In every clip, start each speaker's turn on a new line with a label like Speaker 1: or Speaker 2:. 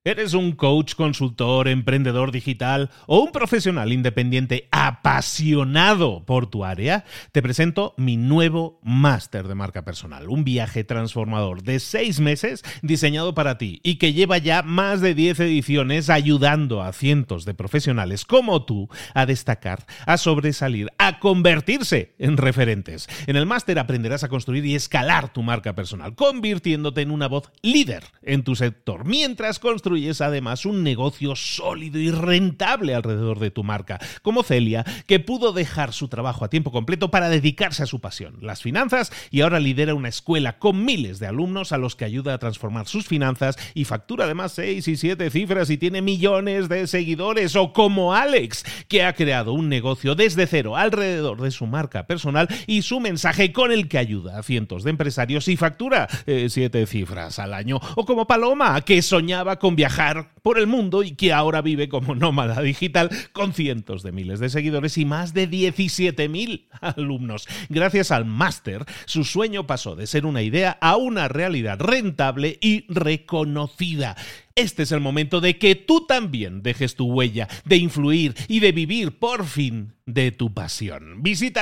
Speaker 1: ¿Eres un coach, consultor, emprendedor digital o un profesional independiente apasionado por tu área? Te presento mi nuevo máster de marca personal, un viaje transformador de 6 meses diseñado para ti y que lleva ya más de 10 ediciones ayudando a cientos de profesionales como tú a destacar, a sobresalir, a convertirse en referentes. En el máster aprenderás a construir y escalar tu marca personal, convirtiéndote en una voz líder en tu sector, mientras construyes además un negocio sólido y rentable alrededor de tu marca, como Celia, que pudo dejar su trabajo a tiempo completo para dedicarse a su pasión, las finanzas, y ahora lidera una escuela con miles de alumnos a los que ayuda a transformar sus finanzas y factura además 6 y 7 cifras y tiene millones de seguidores. O como Alex, que ha creado un negocio desde cero alrededor de su marca personal y su mensaje, con el que ayuda a cientos de empresarios y factura 7 cifras al año. O como Paloma, que soñaba con viajar por el mundo y que ahora vive como nómada digital con cientos de miles de seguidores y más de 17.000 alumnos. Gracias al máster, su sueño pasó de ser una idea a una realidad rentable y reconocida. Este es el momento de que tú también dejes tu huella, de influir y de vivir por fin de tu pasión. Visita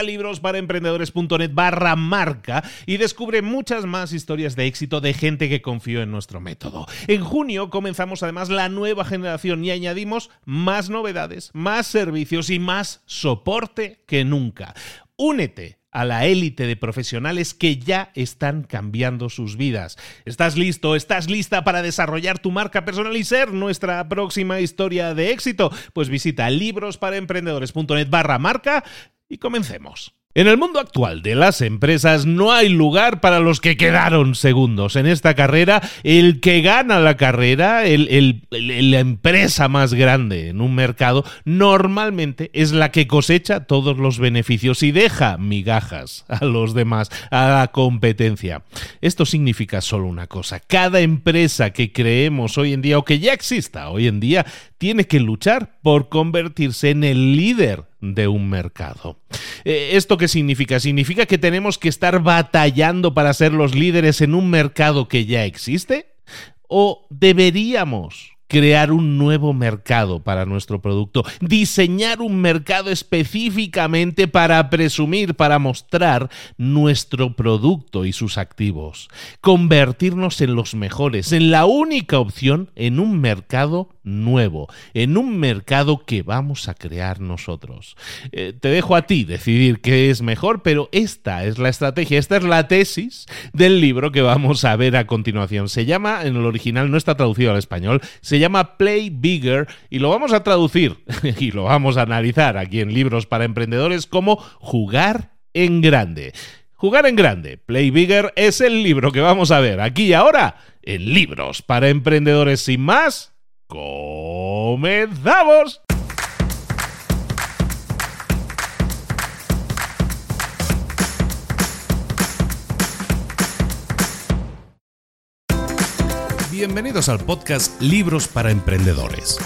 Speaker 1: librosparaemprendedores.net/marca y descubre muchas más historias de éxito de gente que confió en nuestro método. En junio comenzamos además la nueva generación y añadimos más novedades, más servicios y más soporte que nunca. Únete a la élite de profesionales que ya están cambiando sus vidas. ¿Estás listo? ¿Estás lista para desarrollar tu marca personal y ser nuestra próxima historia de éxito? Pues visita librosparaemprendedores.net/marca y comencemos. En el mundo actual de las empresas no hay lugar para los que quedaron segundos. En esta carrera, el que gana la carrera, la empresa más grande en un mercado, normalmente es la que cosecha todos los beneficios y deja migajas a los demás, a la competencia. Esto significa solo una cosa: cada empresa que creemos hoy en día o que ya exista hoy en día tiene que luchar por convertirse en el líder de un mercado. ¿Esto qué significa? Significa que tenemos que estar batallando para ser los líderes en un mercado que ya existe, ¿o deberíamos crear un nuevo mercado para nuestro producto, diseñar un mercado específicamente para presumir, para mostrar nuestro producto y sus activos, convertirnos en los mejores, en la única opción en un mercado nuevo, en un mercado que vamos a crear nosotros? Te dejo a ti decidir qué es mejor, pero esta es la estrategia, esta es la tesis del libro que vamos a ver a continuación. Se llama, en el original no está traducido al español, se llama Play Bigger y lo vamos a traducir y lo vamos a analizar aquí en Libros para Emprendedores como Jugar en Grande. Jugar en Grande, Play Bigger, es el libro que vamos a ver aquí y ahora en Libros para Emprendedores. Sin más, ¡comenzamos!
Speaker 2: Bienvenidos al podcast Libros para Emprendedores.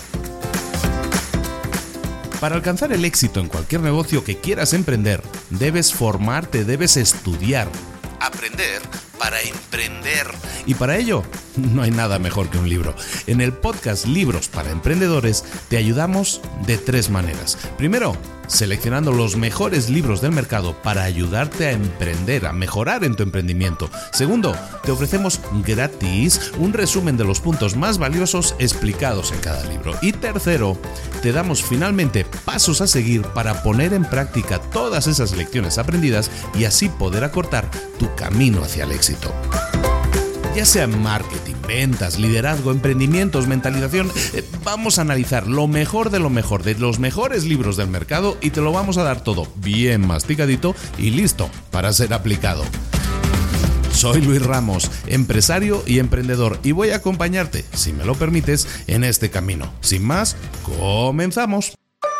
Speaker 2: Para alcanzar el éxito en cualquier negocio que quieras emprender, debes formarte, debes estudiar, aprender para emprender. Y para ello, no hay nada mejor que un libro. En el podcast Libros para Emprendedores te ayudamos de 3 maneras. Primero, seleccionando los mejores libros del mercado para ayudarte a emprender, a mejorar en tu emprendimiento. Segundo, te ofrecemos gratis un resumen de los puntos más valiosos explicados en cada libro. Y tercero, te damos finalmente pasos a seguir para poner en práctica todas esas lecciones aprendidas y así poder acortar tu camino hacia el éxito. Ya sea marketing, ventas, liderazgo, emprendimientos, mentalización, vamos a analizar lo mejor de los mejores libros del mercado y te lo vamos a dar todo bien masticadito y listo para ser aplicado. Soy Luis Ramos, empresario y emprendedor, y voy a acompañarte, si me lo permites, en este camino. Sin más, comenzamos.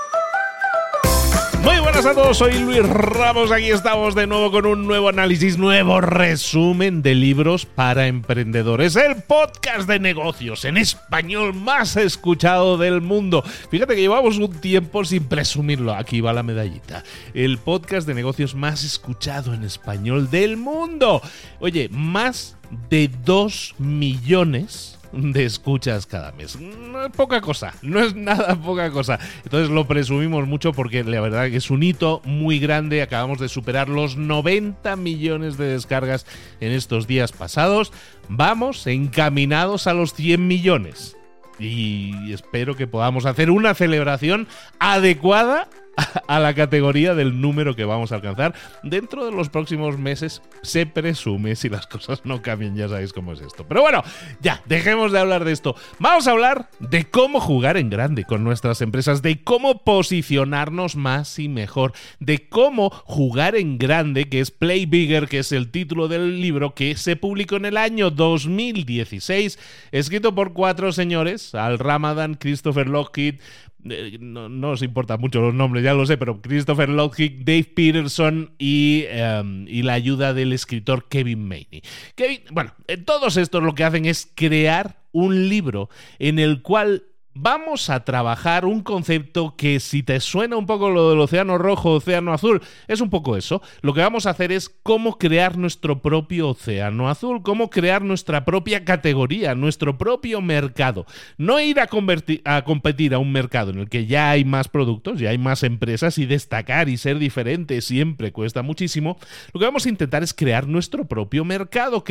Speaker 1: Muy buenas a todos, soy Luis Ramos, aquí estamos de nuevo con un nuevo análisis, nuevo resumen de Libros para Emprendedores, el podcast de negocios en español más escuchado del mundo. Fíjate que llevamos un tiempo sin presumirlo, aquí va la medallita, el podcast de negocios más escuchado en español del mundo. Oye, más de 2 millones de escuchas cada mes. No es poca cosa, no es nada poca cosa. Entonces lo presumimos mucho porque la verdad que es un hito muy grande. Acabamos de superar los 90 millones de descargas en estos días pasados. Vamos encaminados a los 100 millones. Y espero que podamos hacer una celebración adecuada a la categoría del número que vamos a alcanzar dentro de los próximos meses, se presume, si las cosas no cambian. Ya sabéis cómo es esto. Pero bueno, ya, dejemos de hablar de esto. Vamos a hablar de cómo jugar en grande con nuestras empresas, de cómo posicionarnos más y mejor, de cómo jugar en grande, que es Play Bigger, que es el título del libro que se publicó en el año 2016, escrito por 4 señores: Al Ramadan, Christopher Lockheed, no os importan mucho los nombres, ya lo sé, pero Christopher Lockheed, Dave Peterson y la ayuda del escritor Kevin Maney. Todos estos lo que hacen es crear un libro en el cual vamos a trabajar un concepto que, si te suena un poco lo del océano rojo, océano azul, es un poco eso. Lo que vamos a hacer es cómo crear nuestro propio océano azul, cómo crear nuestra propia categoría, nuestro propio mercado. No ir a competir a un mercado en el que ya hay más productos, ya hay más empresas, y destacar y ser diferente siempre cuesta muchísimo. Lo que vamos a intentar es crear nuestro propio mercado,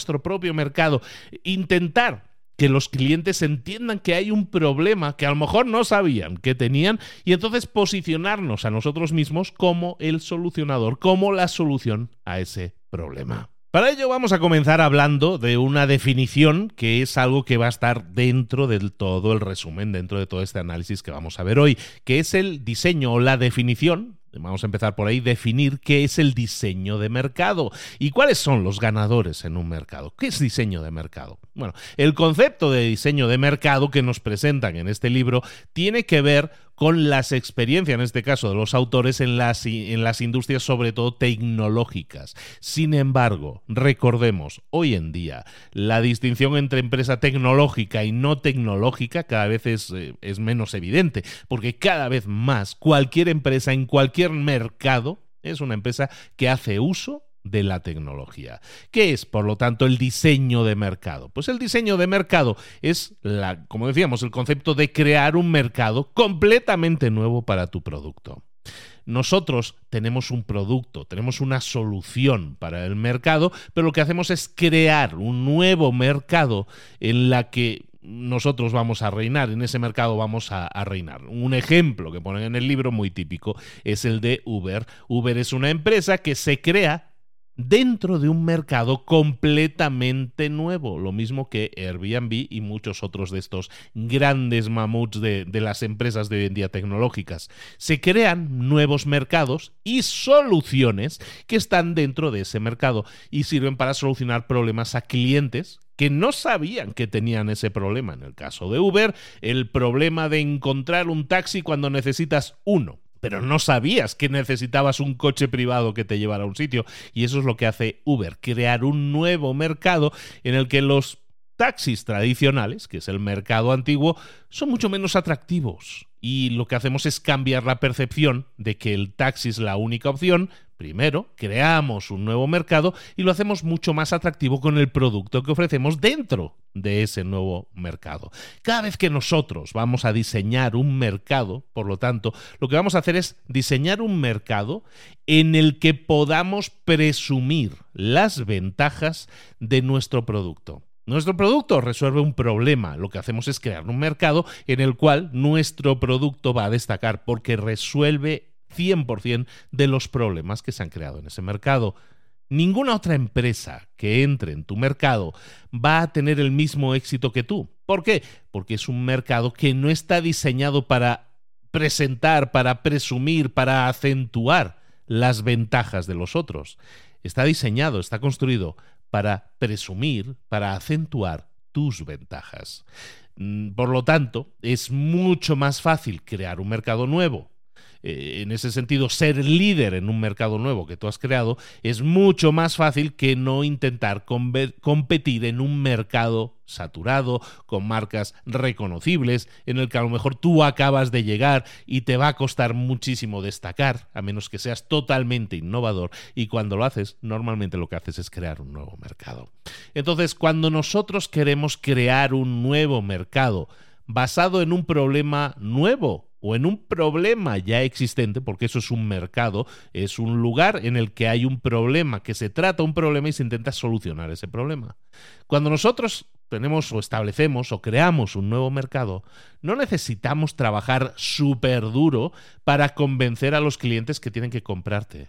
Speaker 1: intentar que los clientes entiendan que hay un problema que a lo mejor no sabían que tenían, y entonces posicionarnos a nosotros mismos como el solucionador, como la solución a ese problema. Para ello vamos a comenzar hablando de una definición que es algo que va a estar dentro del todo el resumen, dentro de todo este análisis que vamos a ver hoy, que es el diseño o la definición. Vamos a empezar por ahí, definir qué es el diseño de mercado y cuáles son los ganadores en un mercado. ¿Qué es diseño de mercado? Bueno, el concepto de diseño de mercado que nos presentan en este libro tiene que ver con las experiencias, en este caso de los autores, en las industrias sobre todo tecnológicas. Sin embargo, recordemos, hoy en día la distinción entre empresa tecnológica y no tecnológica cada vez es menos evidente, porque cada vez más cualquier empresa en cualquier mercado es una empresa que hace uso de la tecnología. ¿Qué es, por lo tanto, el diseño de mercado? Pues el diseño de mercado es, como decíamos, el concepto de crear un mercado completamente nuevo para tu producto. Nosotros tenemos un producto, tenemos una solución para el mercado, pero lo que hacemos es crear un nuevo mercado en la que nosotros vamos a reinar, en ese mercado vamos a reinar. Un ejemplo que ponen en el libro muy típico es el de Uber. Uber es una empresa que se crea dentro de un mercado completamente nuevo, lo mismo que Airbnb y muchos otros de estos grandes mamuts de las empresas de hoy en día tecnológicas. Se crean nuevos mercados y soluciones que están dentro de ese mercado y sirven para solucionar problemas a clientes que no sabían que tenían ese problema. En el caso de Uber, el problema de encontrar un taxi cuando necesitas uno, pero no sabías que necesitabas un coche privado que te llevara a un sitio. Y eso es lo que hace Uber, crear un nuevo mercado en el que los taxis tradicionales, que es el mercado antiguo, son mucho menos atractivos. Y lo que hacemos es cambiar la percepción de que el taxi es la única opción. Primero, creamos un nuevo mercado y lo hacemos mucho más atractivo con el producto que ofrecemos dentro de ese nuevo mercado. Cada vez que nosotros vamos a diseñar un mercado, por lo tanto, lo que vamos a hacer es diseñar un mercado en el que podamos presumir las ventajas de nuestro producto. Nuestro producto resuelve un problema. Lo que hacemos es crear un mercado en el cual nuestro producto va a destacar porque resuelve 100% de los problemas que se han creado en ese mercado. Ninguna otra empresa que entre en tu mercado va a tener el mismo éxito que tú. ¿Por qué? Porque es un mercado que no está diseñado para presentar, para presumir, para acentuar las ventajas de los otros. Está diseñado, está construido para presumir, para acentuar tus ventajas. Por lo tanto, es mucho más fácil crear un mercado nuevo en ese sentido, ser líder en un mercado nuevo que tú has creado, es mucho más fácil que no intentar competir en un mercado saturado, con marcas reconocibles, en el que a lo mejor tú acabas de llegar y te va a costar muchísimo destacar, a menos que seas totalmente innovador, y cuando lo haces, normalmente lo que haces es crear un nuevo mercado. Entonces, cuando nosotros queremos crear un nuevo mercado basado en un problema nuevo, o en un problema ya existente, porque eso es un mercado, es un lugar en el que hay un problema, que se trata un problema y se intenta solucionar ese problema. Cuando nosotros tenemos o establecemos o creamos un nuevo mercado, no necesitamos trabajar súper duro para convencer a los clientes que tienen que comprarte.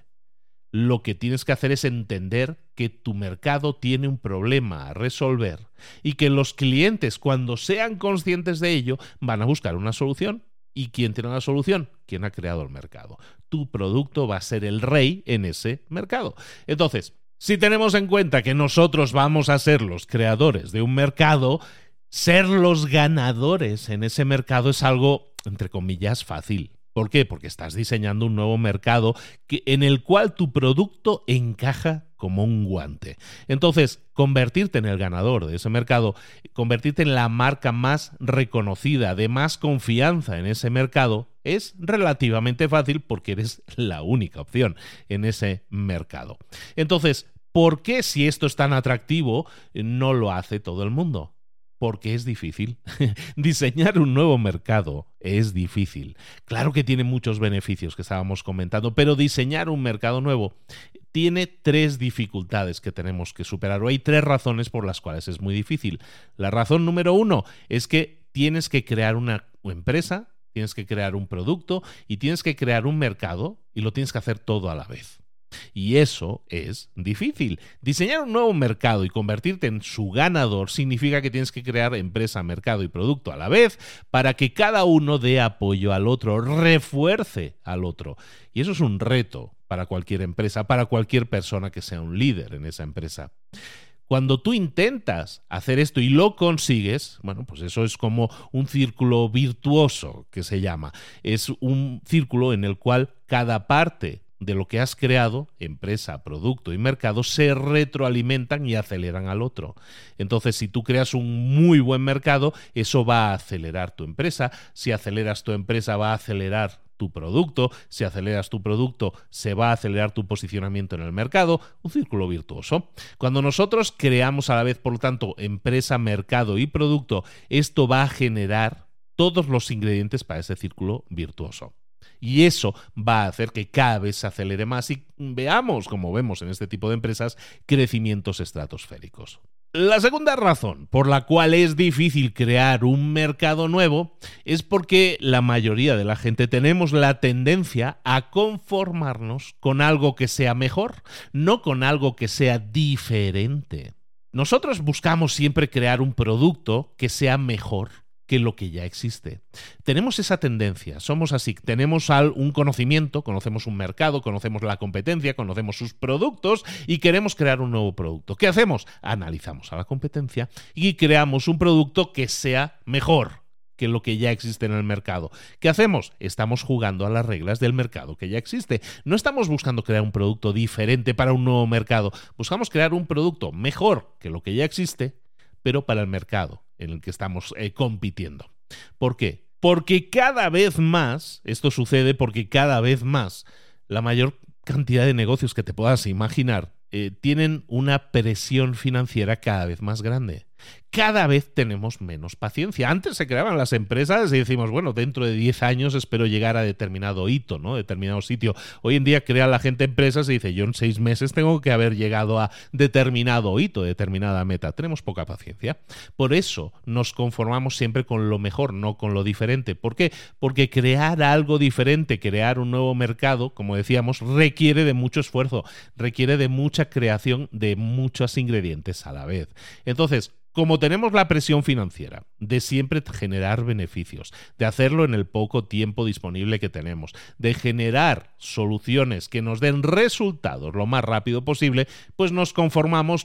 Speaker 1: Lo que tienes que hacer es entender que tu mercado tiene un problema a resolver y que los clientes, cuando sean conscientes de ello, van a buscar una solución. ¿Y quién tiene la solución? ¿Quién ha creado el mercado? Tu producto va a ser el rey en ese mercado. Entonces, si tenemos en cuenta que nosotros vamos a ser los creadores de un mercado, ser los ganadores en ese mercado es algo, entre comillas, fácil. ¿Por qué? Porque estás diseñando un nuevo mercado en el cual tu producto encaja como un guante. Entonces, convertirte en el ganador de ese mercado, convertirte en la marca más reconocida, de más confianza en ese mercado, es relativamente fácil porque eres la única opción en ese mercado. Entonces, ¿por qué si esto es tan atractivo no lo hace todo el mundo? Porque es difícil. Diseñar un nuevo mercado es difícil. Claro que tiene muchos beneficios que estábamos comentando, pero diseñar un mercado nuevo tiene 3 dificultades que tenemos que superar, o hay 3 razones por las cuales es muy difícil. La razón número 1 es que tienes que crear una empresa, tienes que crear un producto y tienes que crear un mercado, y lo tienes que hacer todo a la vez. Y eso es difícil. Diseñar un nuevo mercado y convertirte en su ganador significa que tienes que crear empresa, mercado y producto a la vez para que cada uno dé apoyo al otro, refuerce al otro. Y eso es un reto para cualquier empresa, para cualquier persona que sea un líder en esa empresa. Cuando tú intentas hacer esto y lo consigues, bueno, pues eso es como un círculo virtuoso que se llama. Es un círculo en el cual cada parte de lo que has creado, empresa, producto y mercado, se retroalimentan y aceleran al otro. Entonces, si tú creas un muy buen mercado, eso va a acelerar tu empresa. Si aceleras tu empresa, va a acelerar tu producto. Si aceleras tu producto, se va a acelerar tu posicionamiento en el mercado. Un círculo virtuoso. Cuando nosotros creamos a la vez, por lo tanto, empresa, mercado y producto, esto va a generar todos los ingredientes para ese círculo virtuoso. Y eso va a hacer que cada vez se acelere más y veamos, como vemos en este tipo de empresas, crecimientos estratosféricos. La segunda razón por la cual es difícil crear un mercado nuevo es porque la mayoría de la gente tenemos la tendencia a conformarnos con algo que sea mejor, no con algo que sea diferente. Nosotros buscamos siempre crear un producto que sea mejor que lo que ya existe. Tenemos esa tendencia, somos así, tenemos un conocimiento, conocemos un mercado, conocemos la competencia, conocemos sus productos y queremos crear un nuevo producto. ¿Qué hacemos? Analizamos a la competencia y creamos un producto que sea mejor que lo que ya existe en el mercado. ¿Qué hacemos? Estamos jugando a las reglas del mercado que ya existe. No estamos buscando crear un producto diferente para un nuevo mercado, buscamos crear un producto mejor que lo que ya existe, pero para el mercado en el que estamos compitiendo. ¿Por qué? Porque cada vez más, esto sucede porque cada vez más la mayor cantidad de negocios que te puedas imaginar tienen una presión financiera cada vez más grande. Cada vez tenemos menos paciencia. Antes se creaban las empresas y decimos, bueno, dentro de 10 años espero llegar a determinado hito, ¿no? Determinado sitio. Hoy en día crea la gente empresas y dice, yo en 6 meses tengo que haber llegado a determinado hito, determinada meta. Tenemos poca paciencia. Por eso nos conformamos siempre con lo mejor, no con lo diferente. ¿Por qué? Porque crear algo diferente, crear un nuevo mercado, como decíamos, requiere de mucho esfuerzo, requiere de mucha creación de muchos ingredientes a la vez. Entonces, como tenemos la presión financiera de siempre generar beneficios, de hacerlo en el poco tiempo disponible que tenemos, de generar soluciones que nos den resultados lo más rápido posible, pues nos conformamos con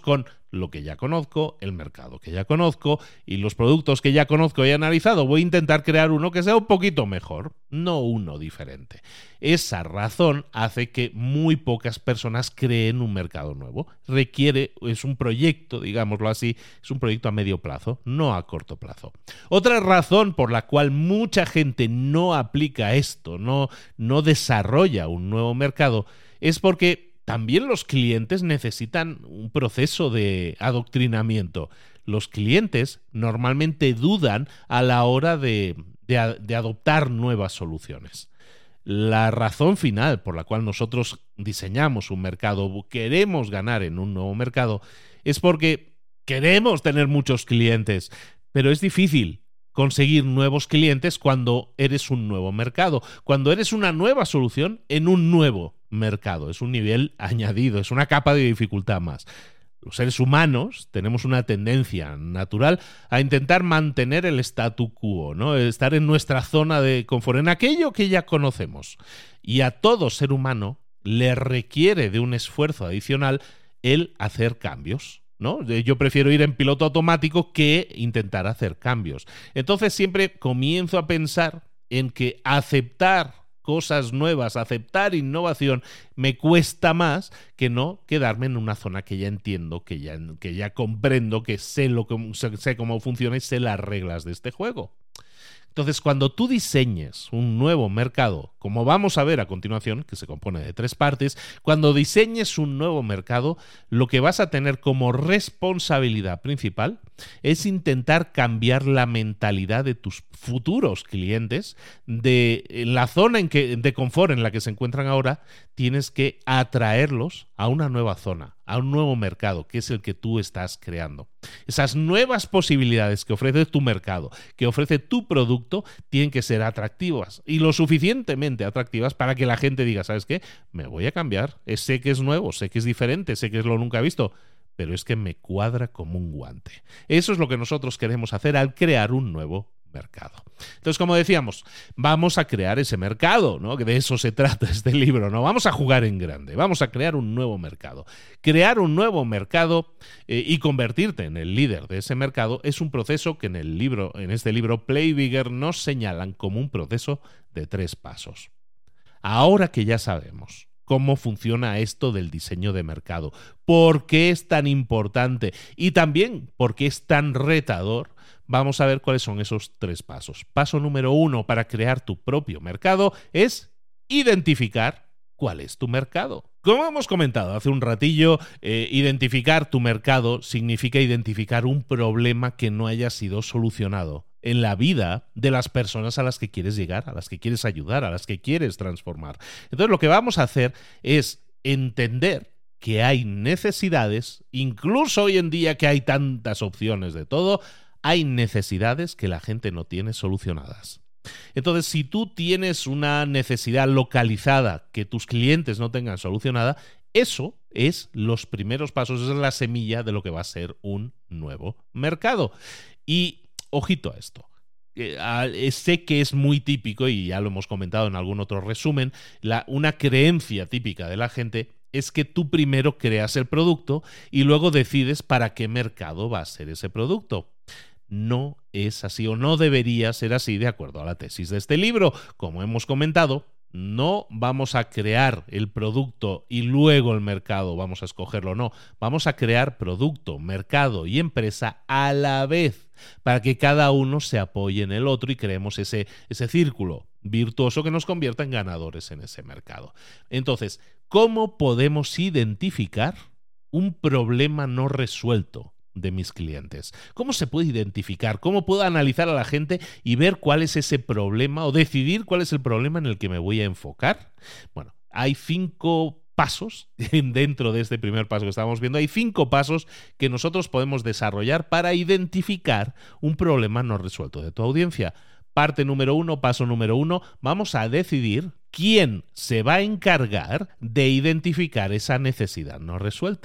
Speaker 1: lo que ya conozco, el mercado que ya conozco y los productos que ya conozco y he analizado. Voy a intentar crear uno que sea un poquito mejor, no uno diferente. Esa razón hace que muy pocas personas creen un mercado nuevo. Es un proyecto, digámoslo así, es un proyecto a medio plazo, no a corto plazo. Otra razón por la cual mucha gente no aplica esto, no desarrolla un nuevo mercado, es porque también los clientes necesitan un proceso de adoctrinamiento. Los clientes normalmente dudan a la hora de adoptar nuevas soluciones. La razón final por la cual nosotros diseñamos un mercado, queremos ganar en un nuevo mercado, es porque queremos tener muchos clientes, pero es difícil conseguir nuevos clientes cuando eres un nuevo mercado, cuando eres una nueva solución en un nuevo mercado. Es un nivel añadido, es una capa de dificultad más. Los seres humanos tenemos una tendencia natural a intentar mantener el statu quo, ¿no? Estar en nuestra zona de confort, en aquello que ya conocemos. Y a todo ser humano le requiere de un esfuerzo adicional el hacer cambios, ¿no? Yo prefiero ir en piloto automático que intentar hacer cambios. Entonces siempre comienzo a pensar en que aceptar cosas nuevas, aceptar innovación, me cuesta más que no quedarme en una zona que ya entiendo, que ya comprendo, que sé cómo funciona y sé las reglas de este juego. Entonces, cuando tú diseñes un nuevo mercado, como vamos a ver a continuación, que se compone de 3 partes, cuando diseñes un nuevo mercado, lo que vas a tener como responsabilidad principal es intentar cambiar la mentalidad de tus futuros clientes. En la zona de confort en la que se encuentran ahora, tienes que atraerlos a una nueva zona, a un nuevo mercado, que es el que tú estás creando. Esas nuevas posibilidades que ofrece tu mercado, que ofrece tu producto, tienen que ser atractivas y lo suficientemente atractivas para que la gente diga, ¿sabes qué? Me voy a cambiar, sé que es nuevo, sé que es diferente, sé que es lo nunca visto, pero es que me cuadra como un guante. Eso es lo que nosotros queremos hacer al crear un nuevo mercado. Entonces, como decíamos, vamos a crear ese mercado, ¿no? Que de eso se trata este libro, ¿no? Vamos a jugar en grande, vamos a crear un nuevo mercado. Crear un nuevo mercado y convertirte en el líder de ese mercado es un proceso que en este libro Play Bigger nos señalan como un proceso de 3 pasos. Ahora que ya sabemos cómo funciona esto del diseño de mercado, por qué es tan importante y también por qué es tan retador, vamos a ver cuáles son esos 3 pasos. Paso número 1 para crear tu propio mercado es identificar cuál es tu mercado. Como hemos comentado hace un ratillo, identificar tu mercado significa identificar un problema que no haya sido solucionado en la vida de las personas a las que quieres llegar, a las que quieres ayudar, a las que quieres transformar. Entonces, lo que vamos a hacer es entender que hay necesidades, incluso hoy en día que hay tantas opciones de todo, hay necesidades que la gente no tiene solucionadas. Entonces, si tú tienes una necesidad localizada que tus clientes no tengan solucionada, eso es los primeros pasos, esa es la semilla de lo que va a ser un nuevo mercado. Y ojito a esto. Sé que es muy típico, y ya lo hemos comentado en algún otro resumen, una creencia típica de la gente es que tú primero creas el producto y luego decides para qué mercado va a ser ese producto. No es así o no debería ser así de acuerdo a la tesis de este libro. Como hemos comentado, no vamos a crear el producto y luego el mercado vamos a escogerlo, no. Vamos a crear producto, mercado y empresa a la vez para que cada uno se apoye en el otro y creemos ese círculo virtuoso que nos convierta en ganadores en ese mercado. Entonces, ¿cómo podemos identificar un problema no resuelto de mis clientes? ¿Cómo se puede identificar? ¿Cómo puedo analizar a la gente y ver cuál es ese problema o decidir cuál es el problema en el que me voy a enfocar? Bueno, hay 5 pasos dentro de este primer paso que estábamos viendo. Hay 5 pasos que nosotros podemos desarrollar para identificar un problema no resuelto de tu audiencia. Parte número 1, paso número 1, vamos a decidir quién se va a encargar de identificar esa necesidad no resuelta.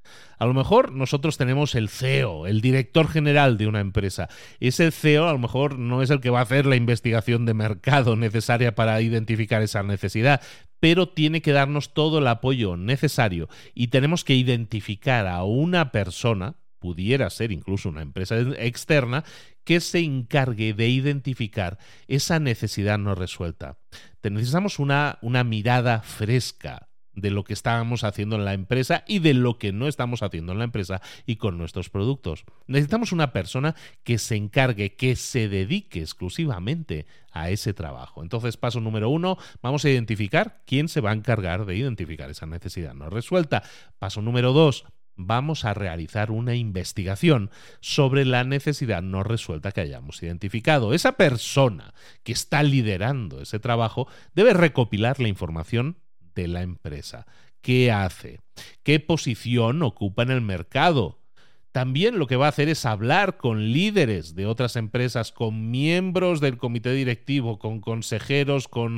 Speaker 1: A lo mejor nosotros tenemos el CEO, el director general de una empresa. Ese CEO a lo mejor no es el que va a hacer la investigación de mercado necesaria para identificar esa necesidad, pero tiene que darnos todo el apoyo necesario y tenemos que identificar a una persona, pudiera ser incluso una empresa externa, que se encargue de identificar esa necesidad no resuelta. Necesitamos una mirada fresca de lo que estábamos haciendo en la empresa y de lo que no estamos haciendo en la empresa y con nuestros productos. Necesitamos una persona que se encargue, que se dedique exclusivamente a ese trabajo. Entonces, paso número 1, vamos a identificar quién se va a encargar de identificar esa necesidad no resuelta. Paso número 2, vamos a realizar una investigación sobre la necesidad no resuelta que hayamos identificado. Esa persona que está liderando ese trabajo debe recopilar la información de la empresa. ¿Qué hace? ¿Qué posición ocupa en el mercado? También lo que va a hacer es hablar con líderes de otras empresas, con miembros del comité directivo, con consejeros, con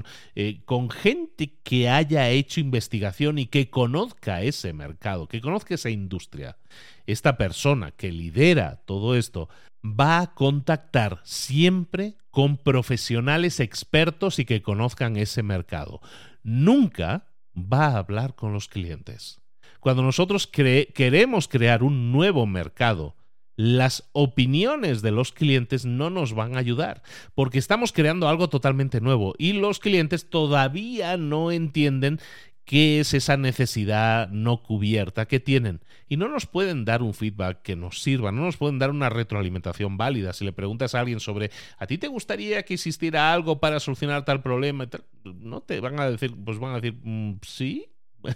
Speaker 1: gente que haya hecho investigación y que conozca ese mercado, que conozca esa industria. Esta persona que lidera todo esto va a contactar siempre con profesionales expertos y que conozcan ese mercado. Nunca va a hablar con los clientes. Cuando nosotros queremos crear un nuevo mercado, las opiniones de los clientes no nos van a ayudar, porque estamos creando algo totalmente nuevo y los clientes todavía no entienden qué es esa necesidad no cubierta que tienen. Y no nos pueden dar un feedback que nos sirva, no nos pueden dar una retroalimentación válida. Si le preguntas a alguien sobre ¿a ti te gustaría que existiera algo para solucionar tal problema? Y tal, no te van a decir, pues van a decir, sí.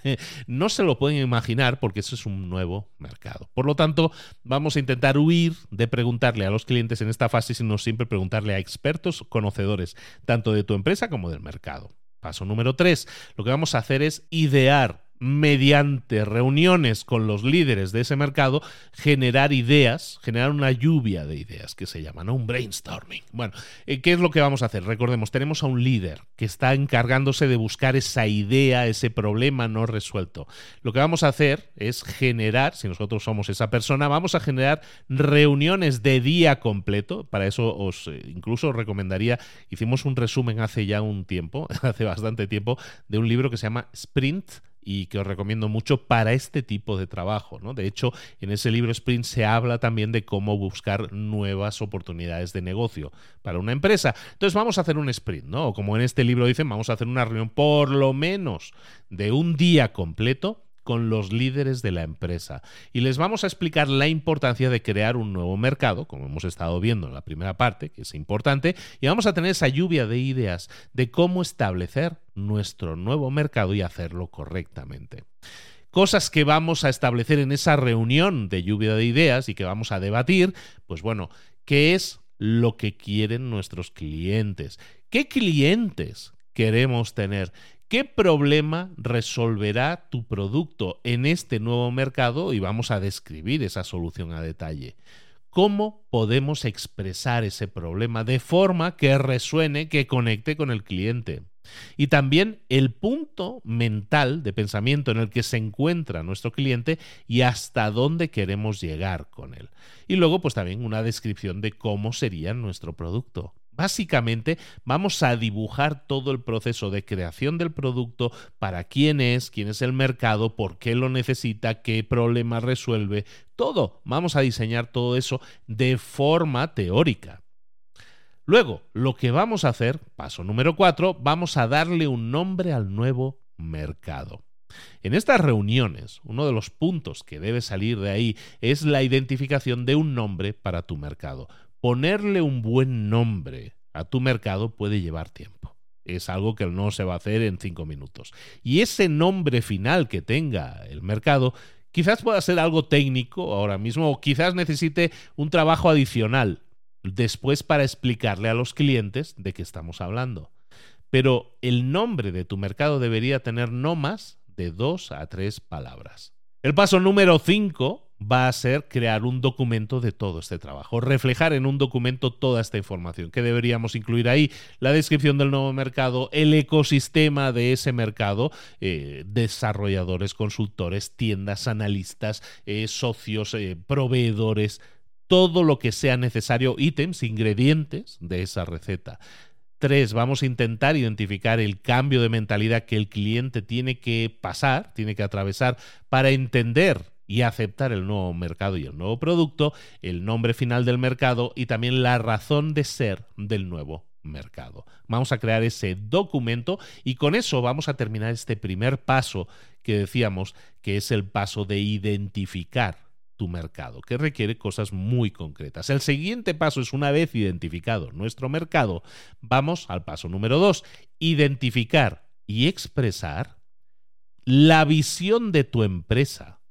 Speaker 1: No se lo pueden imaginar porque eso es un nuevo mercado. Por lo tanto, vamos a intentar huir de preguntarle a los clientes en esta fase, sino siempre preguntarle a expertos conocedores, tanto de tu empresa como del mercado. Paso número 3, lo que vamos a hacer es idear mediante reuniones con los líderes de ese mercado, generar ideas, generar una lluvia de ideas que se llama, ¿no? Un brainstorming. Bueno, ¿qué es lo que vamos a hacer? Recordemos, tenemos a un líder que está encargándose de buscar esa idea, ese problema no resuelto. Lo que vamos a hacer es generar, si nosotros somos esa persona, vamos a generar reuniones de día completo. Para eso incluso os recomendaría, hicimos un resumen hace ya un tiempo, hace bastante tiempo, de un libro que se llama Sprint, y que os recomiendo mucho para este tipo de trabajo, ¿no? De hecho, en ese libro Sprint se habla también de cómo buscar nuevas oportunidades de negocio para una empresa. Entonces vamos a hacer un sprint, ¿no? O como en este libro dicen, vamos a hacer una reunión por lo menos de un día completo con los líderes de la empresa y les vamos a explicar la importancia de crear un nuevo mercado, como hemos estado viendo en la primera parte, que es importante, y vamos a tener esa lluvia de ideas de cómo establecer nuestro nuevo mercado y hacerlo correctamente. Cosas que vamos a establecer en esa reunión de lluvia de ideas y que vamos a debatir, pues bueno, ¿qué es lo que quieren nuestros clientes? ¿Qué clientes queremos tener? ¿Qué problema resolverá tu producto en este nuevo mercado? Y vamos a describir esa solución a detalle. ¿Cómo podemos expresar ese problema de forma que resuene, que conecte con el cliente? Y también el punto mental de pensamiento en el que se encuentra nuestro cliente y hasta dónde queremos llegar con él. Y luego, pues también una descripción de cómo sería nuestro producto. Básicamente vamos a dibujar todo el proceso de creación del producto, para quién es el mercado, por qué lo necesita, qué problema resuelve, todo. Vamos a diseñar todo eso de forma teórica. Luego, lo que vamos a hacer, paso número 4, vamos a darle un nombre al nuevo mercado. En estas reuniones, uno de los puntos que debe salir de ahí es la identificación de un nombre para tu mercado. Ponerle un buen nombre a tu mercado puede llevar tiempo. Es algo que no se va a hacer en 5 minutos. Y ese nombre final que tenga el mercado quizás pueda ser algo técnico ahora mismo o quizás necesite un trabajo adicional después para explicarle a los clientes de qué estamos hablando. Pero el nombre de tu mercado debería tener no más de 2 a 3 palabras. El paso número 5 va a ser crear un documento de todo este trabajo, reflejar en un documento toda esta información. ¿Qué deberíamos incluir ahí? La descripción del nuevo mercado, el ecosistema de ese mercado, desarrolladores, consultores, tiendas, analistas, socios, proveedores, todo lo que sea necesario, ítems, ingredientes de esa receta. 3, vamos a intentar identificar el cambio de mentalidad que el cliente tiene que pasar, tiene que atravesar para entender y aceptar el nuevo mercado y el nuevo producto, el nombre final del mercado y también la razón de ser del nuevo mercado. Vamos a crear ese documento y con eso vamos a terminar este primer paso que decíamos que es el paso de identificar tu mercado, que requiere cosas muy concretas. El siguiente paso es, una vez identificado nuestro mercado, vamos al paso número 2, identificar y expresar la visión de tu empresa.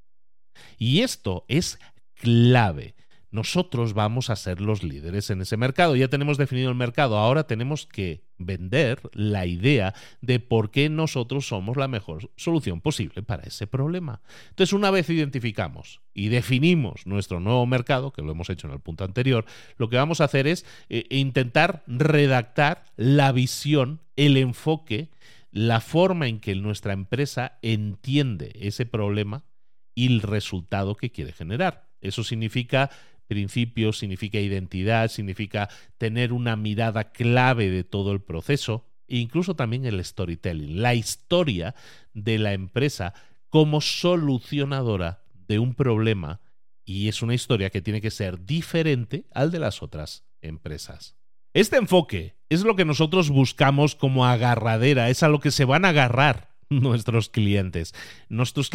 Speaker 1: Y esto es clave. Nosotros vamos a ser los líderes en ese mercado. Ya tenemos definido el mercado. Ahora tenemos que vender la idea de por qué nosotros somos la mejor solución posible para ese problema. Entonces, una vez identificamos y definimos nuestro nuevo mercado, que lo hemos hecho en el punto anterior, lo que vamos a hacer es intentar redactar la visión, el enfoque, la forma en que nuestra empresa entiende ese problema y el resultado que quiere generar. Eso significa principios, significa identidad, significa tener una mirada clave de todo el proceso e incluso también el storytelling, la historia de la empresa como solucionadora de un problema, y es una historia que tiene que ser diferente al de las otras empresas. Este enfoque es lo que nosotros buscamos como agarradera, es a lo que se van a agarrar nuestros clientes. Nuestros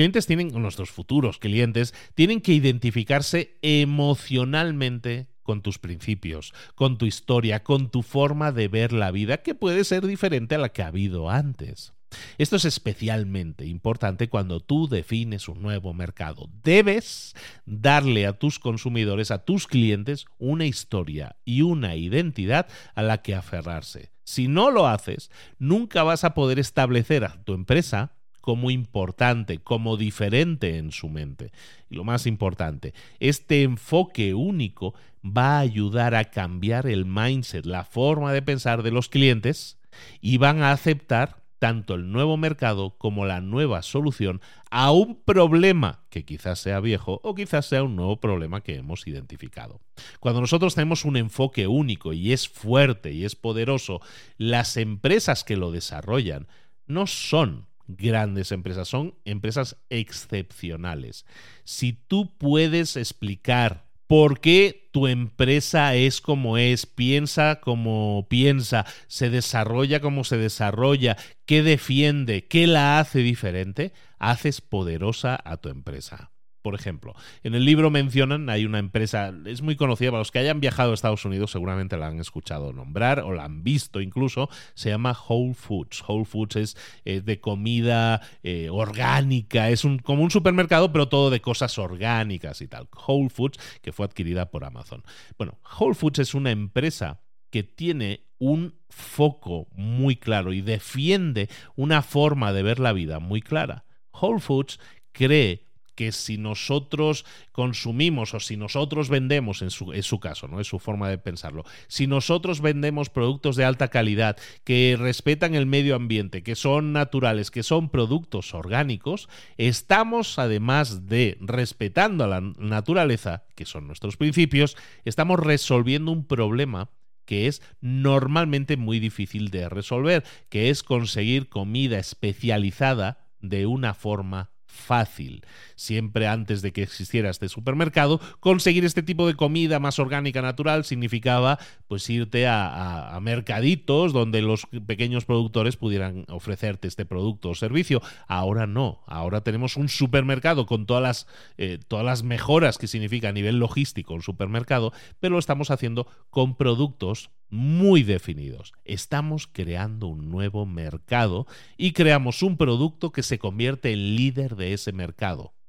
Speaker 1: futuros clientes tienen que identificarse emocionalmente con tus principios, con tu historia, con tu forma de ver la vida, que puede ser diferente a la que ha habido antes. Esto es especialmente importante cuando tú defines un nuevo mercado. Debes darle a tus consumidores, a tus clientes, una historia y una identidad a la que aferrarse. Si no lo haces, nunca vas a poder establecer a tu empresa como importante, como diferente en su mente. Y lo más importante, este enfoque único va a ayudar a cambiar el mindset, la forma de pensar de los clientes, y van a aceptar tanto el nuevo mercado como la nueva solución a un problema que quizás sea viejo o quizás sea un nuevo problema que hemos identificado. Cuando nosotros tenemos un enfoque único y es fuerte y es poderoso, las empresas que lo desarrollan no son grandes empresas, son empresas excepcionales. Si tú puedes explicar por qué tu empresa es como es, piensa como piensa, se desarrolla como se desarrolla, qué defiende, qué la hace diferente, haces poderosa a tu empresa. Por ejemplo, en el libro mencionan, hay una empresa, es muy conocida, para los que hayan viajado a Estados Unidos seguramente la han escuchado nombrar o la han visto incluso, se llama Whole Foods. Whole Foods es de comida orgánica, es como un supermercado, pero todo de cosas orgánicas y tal. Whole Foods, que fue adquirida por Amazon. Bueno, Whole Foods es una empresa que tiene un foco muy claro y defiende una forma de ver la vida muy clara. Whole Foods cree que si nosotros consumimos o si nosotros vendemos, es su caso, ¿no? Es su forma de pensarlo. Si nosotros vendemos productos de alta calidad, que respetan el medio ambiente, que son naturales, que son productos orgánicos, estamos, además de respetando a la naturaleza, que son nuestros principios, estamos resolviendo un problema que es normalmente muy difícil de resolver, que es conseguir comida especializada de una forma fácil. Siempre antes de que existiera este supermercado, conseguir este tipo de comida más orgánica, natural, significaba pues irte a mercaditos donde los pequeños productores pudieran ofrecerte este producto o servicio. Ahora no, ahora tenemos un supermercado con todas las mejoras que significa a nivel logístico un supermercado, pero lo estamos haciendo con productos muy definidos. Estamos creando un nuevo mercado y creamos un producto que se convierte en líder de ese mercado.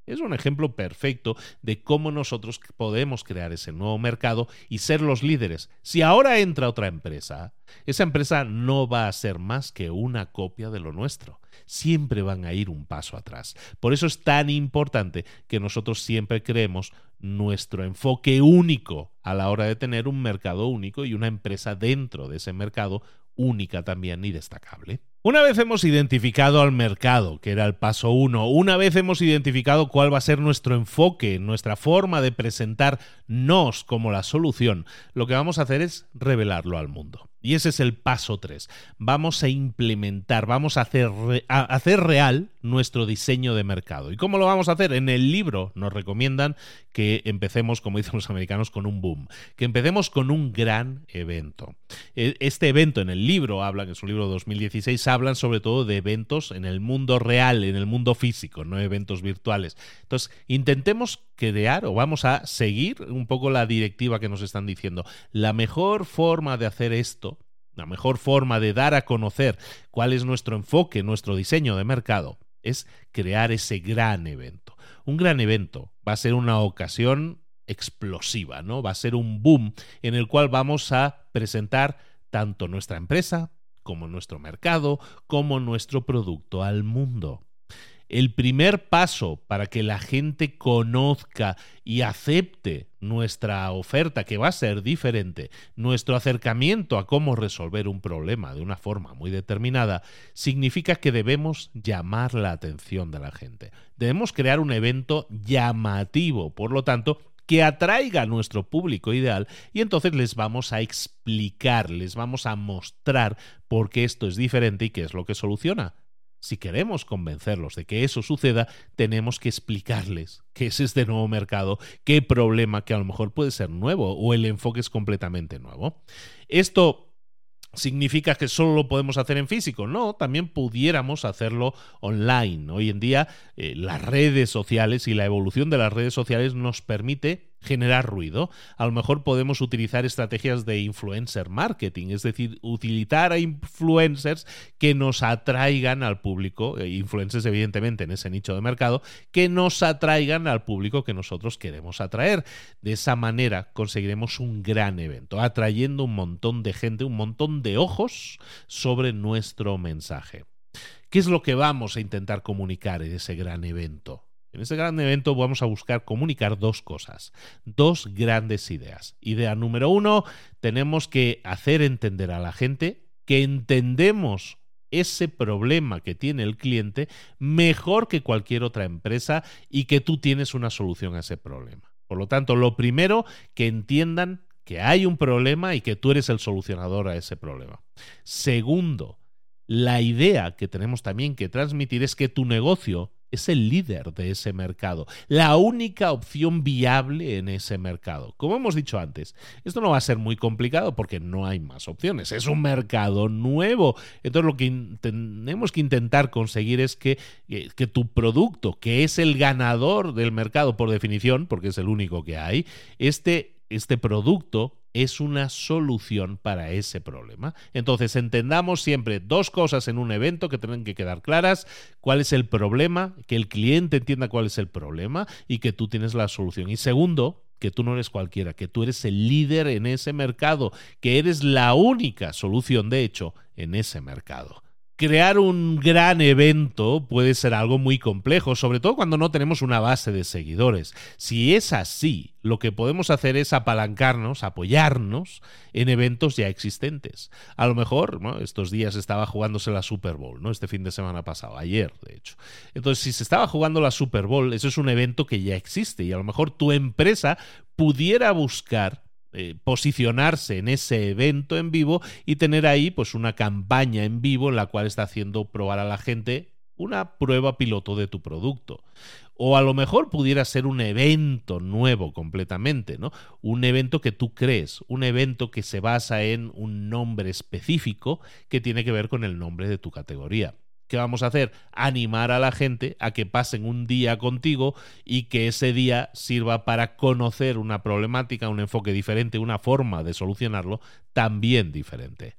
Speaker 1: Es un ejemplo perfecto de cómo nosotros podemos crear ese nuevo mercado y ser los líderes. Si ahora entra otra empresa, esa empresa no va a ser más que una copia de lo nuestro. Siempre van a ir un paso atrás. Por eso es tan importante que nosotros siempre creemos nuestro enfoque único a la hora de tener un mercado único y una empresa dentro de ese mercado única también y destacable. Una vez hemos identificado al mercado, que era el paso 1, una vez hemos identificado cuál va a ser nuestro enfoque, nuestra forma de presentarnos como la solución, lo que vamos a hacer es revelarlo al mundo. Y ese es el paso 3. Vamos a implementar, vamos a hacer real nuestro diseño de mercado. ¿Y cómo lo vamos a hacer? En el libro nos recomiendan que empecemos, como dicen los americanos, con un boom, que empecemos con un gran evento. Este evento en el libro hablan, es un libro de 2016, hablan sobre todo de eventos en el mundo real, en el mundo físico, no eventos virtuales. Entonces, intentemos crear o vamos a seguir un poco la directiva que nos están diciendo. La mejor forma de hacer esto, la mejor forma de dar a conocer cuál es nuestro enfoque, nuestro diseño de mercado, es crear ese gran evento. Un gran evento va a ser una ocasión explosiva, ¿no? Va a ser un boom en el cual vamos a presentar tanto nuestra empresa, como nuestro mercado, como nuestro producto al mundo. El primer paso para que la gente conozca y acepte nuestra oferta, que va a ser diferente, nuestro acercamiento a cómo resolver un problema de una forma muy determinada, significa que debemos llamar la atención de la gente. Debemos crear un evento llamativo, por lo tanto, que atraiga a nuestro público ideal y entonces les vamos a explicar, les vamos a mostrar por qué esto es diferente y qué es lo que soluciona. Si queremos convencerlos de que eso suceda, tenemos que explicarles qué es este nuevo mercado, qué problema que a lo mejor puede ser nuevo o el enfoque es completamente nuevo. Esto ¿significa que solo lo podemos hacer en físico? No, también pudiéramos hacerlo online. Hoy en día las redes sociales y la evolución de las redes sociales nos permite generar ruido. A lo mejor podemos utilizar estrategias de influencer marketing, es decir, utilizar a influencers que nos atraigan al público, influencers evidentemente en ese nicho de mercado, que nos atraigan al público que nosotros queremos atraer. De esa manera conseguiremos un gran evento, atrayendo un montón de gente, un montón de ojos sobre nuestro mensaje. ¿Qué es lo que vamos a intentar comunicar en ese gran evento? En ese gran evento vamos a buscar comunicar dos cosas, dos grandes ideas. Idea número 1, tenemos que hacer entender a la gente que entendemos ese problema que tiene el cliente mejor que cualquier otra empresa y que tú tienes una solución a ese problema. Por lo tanto, lo primero, que entiendan que hay un problema y que tú eres el solucionador a ese problema. Segundo, la idea que tenemos también que transmitir es que tu negocio es el líder de ese mercado, la única opción viable en ese mercado. Como hemos dicho antes, esto no va a ser muy complicado porque no hay más opciones, es un mercado nuevo. Entonces lo que tenemos que intentar conseguir es que tu producto, que es el ganador del mercado por definición, porque es el único que hay, este producto es una solución para ese problema. Entonces, entendamos siempre dos cosas en un evento que tienen que quedar claras: cuál es el problema, que el cliente entienda cuál es el problema y que tú tienes la solución. Y segundo, que tú no eres cualquiera, que tú eres el líder en ese mercado, que eres la única solución, de hecho, en ese mercado. Crear un gran evento puede ser algo muy complejo, sobre todo cuando no tenemos una base de seguidores. Si es así, lo que podemos hacer es apalancarnos, apoyarnos en eventos ya existentes. A lo mejor, ¿no?, estos días estaba jugándose la Super Bowl, ¿no?, este fin de semana pasado, ayer de hecho. Entonces, si se estaba jugando la Super Bowl, eso es un evento que ya existe y a lo mejor tu empresa pudiera buscar posicionarse en ese evento en vivo y tener ahí pues una campaña en vivo en la cual está haciendo probar a la gente una prueba piloto de tu producto. O a lo mejor pudiera ser un evento nuevo completamente, ¿no? Un evento que tú crees, un evento que se basa en un nombre específico que tiene que ver con el nombre de tu categoría. ¿Qué vamos a hacer? Animar a la gente a que pasen un día contigo y que ese día sirva para conocer una problemática, un enfoque diferente, una forma de solucionarlo también diferente.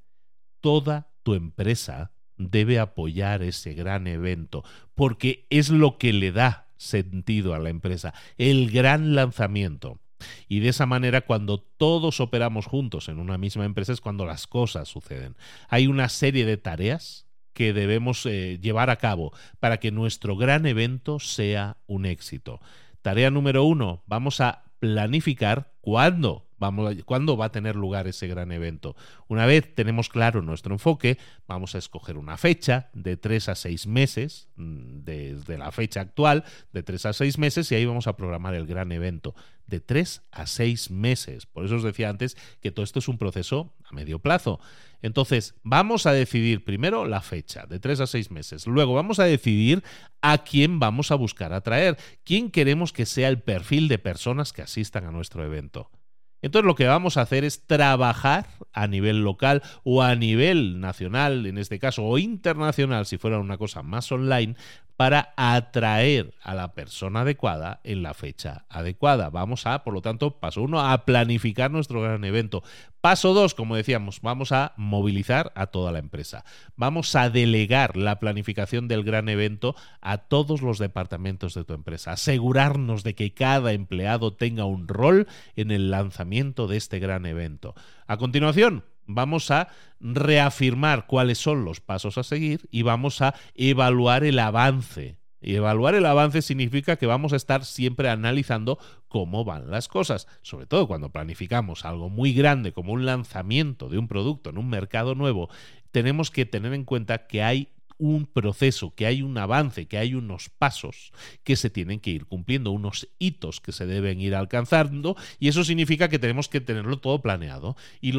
Speaker 1: Toda tu empresa debe apoyar ese gran evento porque es lo que le da sentido a la empresa, el gran lanzamiento. Y de esa manera, cuando todos operamos juntos en una misma empresa, es cuando las cosas suceden. Hay una serie de tareas que debemos llevar a cabo para que nuestro gran evento sea un éxito. Tarea número 1, vamos a planificar cuándo va a tener lugar ese gran evento. Una vez tenemos claro nuestro enfoque, vamos a escoger una fecha de 3 a 6 meses, desde la fecha actual, de 3 a 6 meses, y ahí vamos a programar el gran evento. De 3 a 6 meses. Por eso os decía antes que todo esto es un proceso a medio plazo. Entonces, vamos a decidir primero la fecha, de 3 a 6 meses. Luego vamos a decidir a quién vamos a buscar atraer, quién queremos que sea el perfil de personas que asistan a nuestro evento. Entonces lo que vamos a hacer es trabajar a nivel local o a nivel nacional, en este caso, o internacional, si fuera una cosa más online, para atraer a la persona adecuada en la fecha adecuada. Vamos a, por lo tanto, paso 1, a planificar nuestro gran evento. Paso 2, como decíamos, vamos a movilizar a toda la empresa. Vamos a delegar la planificación del gran evento a todos los departamentos de tu empresa. Asegurarnos de que cada empleado tenga un rol en el lanzamiento de este gran evento. A continuación, vamos a reafirmar cuáles son los pasos a seguir y vamos a evaluar el avance. Y evaluar el avance significa que vamos a estar siempre analizando cómo van las cosas, sobre todo cuando planificamos algo muy grande como un lanzamiento de un producto en un mercado nuevo. Tenemos que tener en cuenta que hay un proceso, que hay un avance, que hay unos pasos que se tienen que ir cumpliendo, unos hitos que se deben ir alcanzando, y eso significa que tenemos que tenerlo todo planeado. Y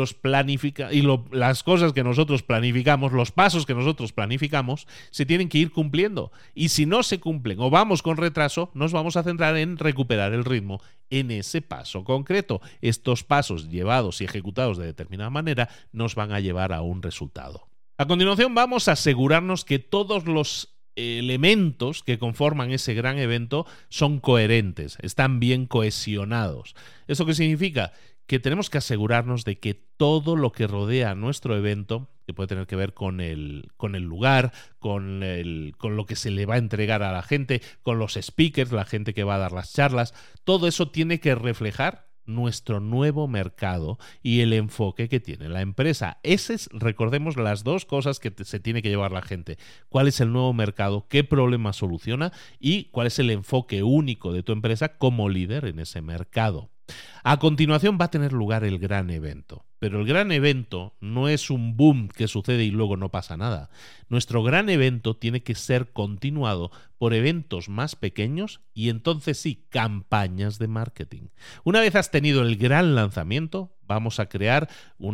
Speaker 1: las cosas que nosotros planificamos, los pasos que nosotros planificamos, se tienen que ir cumpliendo. Y si no se cumplen o vamos con retraso, nos vamos a centrar en recuperar el ritmo en ese paso concreto. Estos pasos llevados y ejecutados de determinada manera nos van a llevar a un resultado. A continuación vamos a asegurarnos que todos los elementos que conforman ese gran evento son coherentes, están bien cohesionados. ¿Eso qué significa? Que tenemos que asegurarnos de que todo lo que rodea nuestro evento, que puede tener que ver con el lugar, con lo que se le va a entregar a la gente, con los speakers, la gente que va a dar las charlas, todo eso tiene que reflejar nuestro nuevo mercado y el enfoque que tiene la empresa. Recordemos las dos cosas que se tiene que llevar la gente. ¿Cuál es el nuevo mercado? ¿Qué problema soluciona? Y ¿cuál es el enfoque único de tu empresa como líder en ese mercado? A continuación va a tener lugar el gran evento. Pero el gran evento no es un boom que sucede y luego no pasa nada. Nuestro gran evento tiene que ser continuado por eventos más pequeños y entonces sí, campañas de marketing. Una vez has tenido el gran lanzamiento, vamos a crear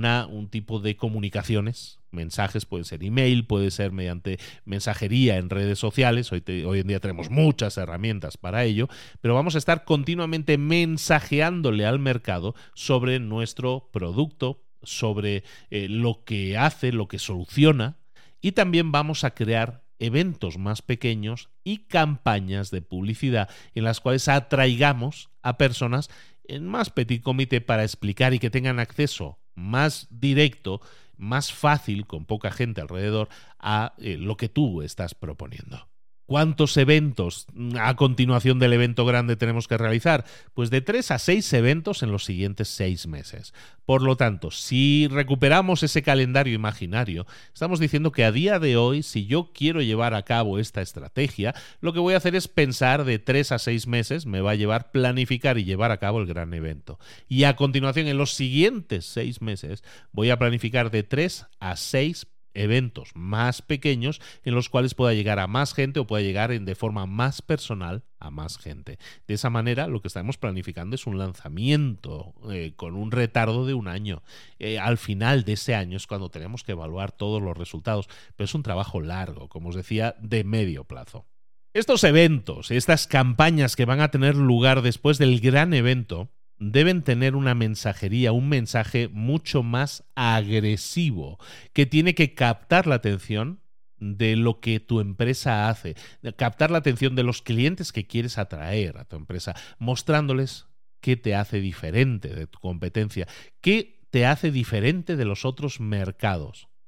Speaker 1: un tipo de comunicaciones, mensajes, puede ser email, puede ser mediante mensajería en redes sociales, hoy en día tenemos muchas herramientas para ello, pero vamos a estar continuamente mensajeándole al mercado sobre nuestro producto, sobre lo que hace, lo que soluciona, y también vamos a crear eventos más pequeños y campañas de publicidad en las cuales atraigamos a personas en más petit comité para explicar y que tengan acceso más directo, más fácil, con poca gente alrededor, a lo que tú estás proponiendo. ¿Cuántos eventos a continuación del evento grande tenemos que realizar? Pues de 3 a 6 eventos en los siguientes 6 meses. Por lo tanto, si recuperamos ese calendario imaginario, estamos diciendo que a día de hoy, si yo quiero llevar a cabo esta estrategia, lo que voy a hacer es pensar de 3 a 6 meses, me va a llevar planificar y llevar a cabo el gran evento. Y a continuación, en los siguientes 6 meses, voy a planificar de 3 a 6 eventos más pequeños en los cuales pueda llegar a más gente o pueda llegar de forma más personal a más gente. De esa manera, lo que estamos planificando es un lanzamiento con un retardo de un año. Al final de ese año es cuando tenemos que evaluar todos los resultados, pero es un trabajo largo, como os decía, de medio plazo. Estos eventos, estas campañas que van a tener lugar después del gran evento, deben tener una mensajería, un mensaje mucho más agresivo, que tiene que captar la atención de lo que tu empresa hace, captar la atención de los clientes que quieres atraer a tu empresa, mostrándoles qué te hace diferente de tu competencia, qué te hace diferente de los otros mercados.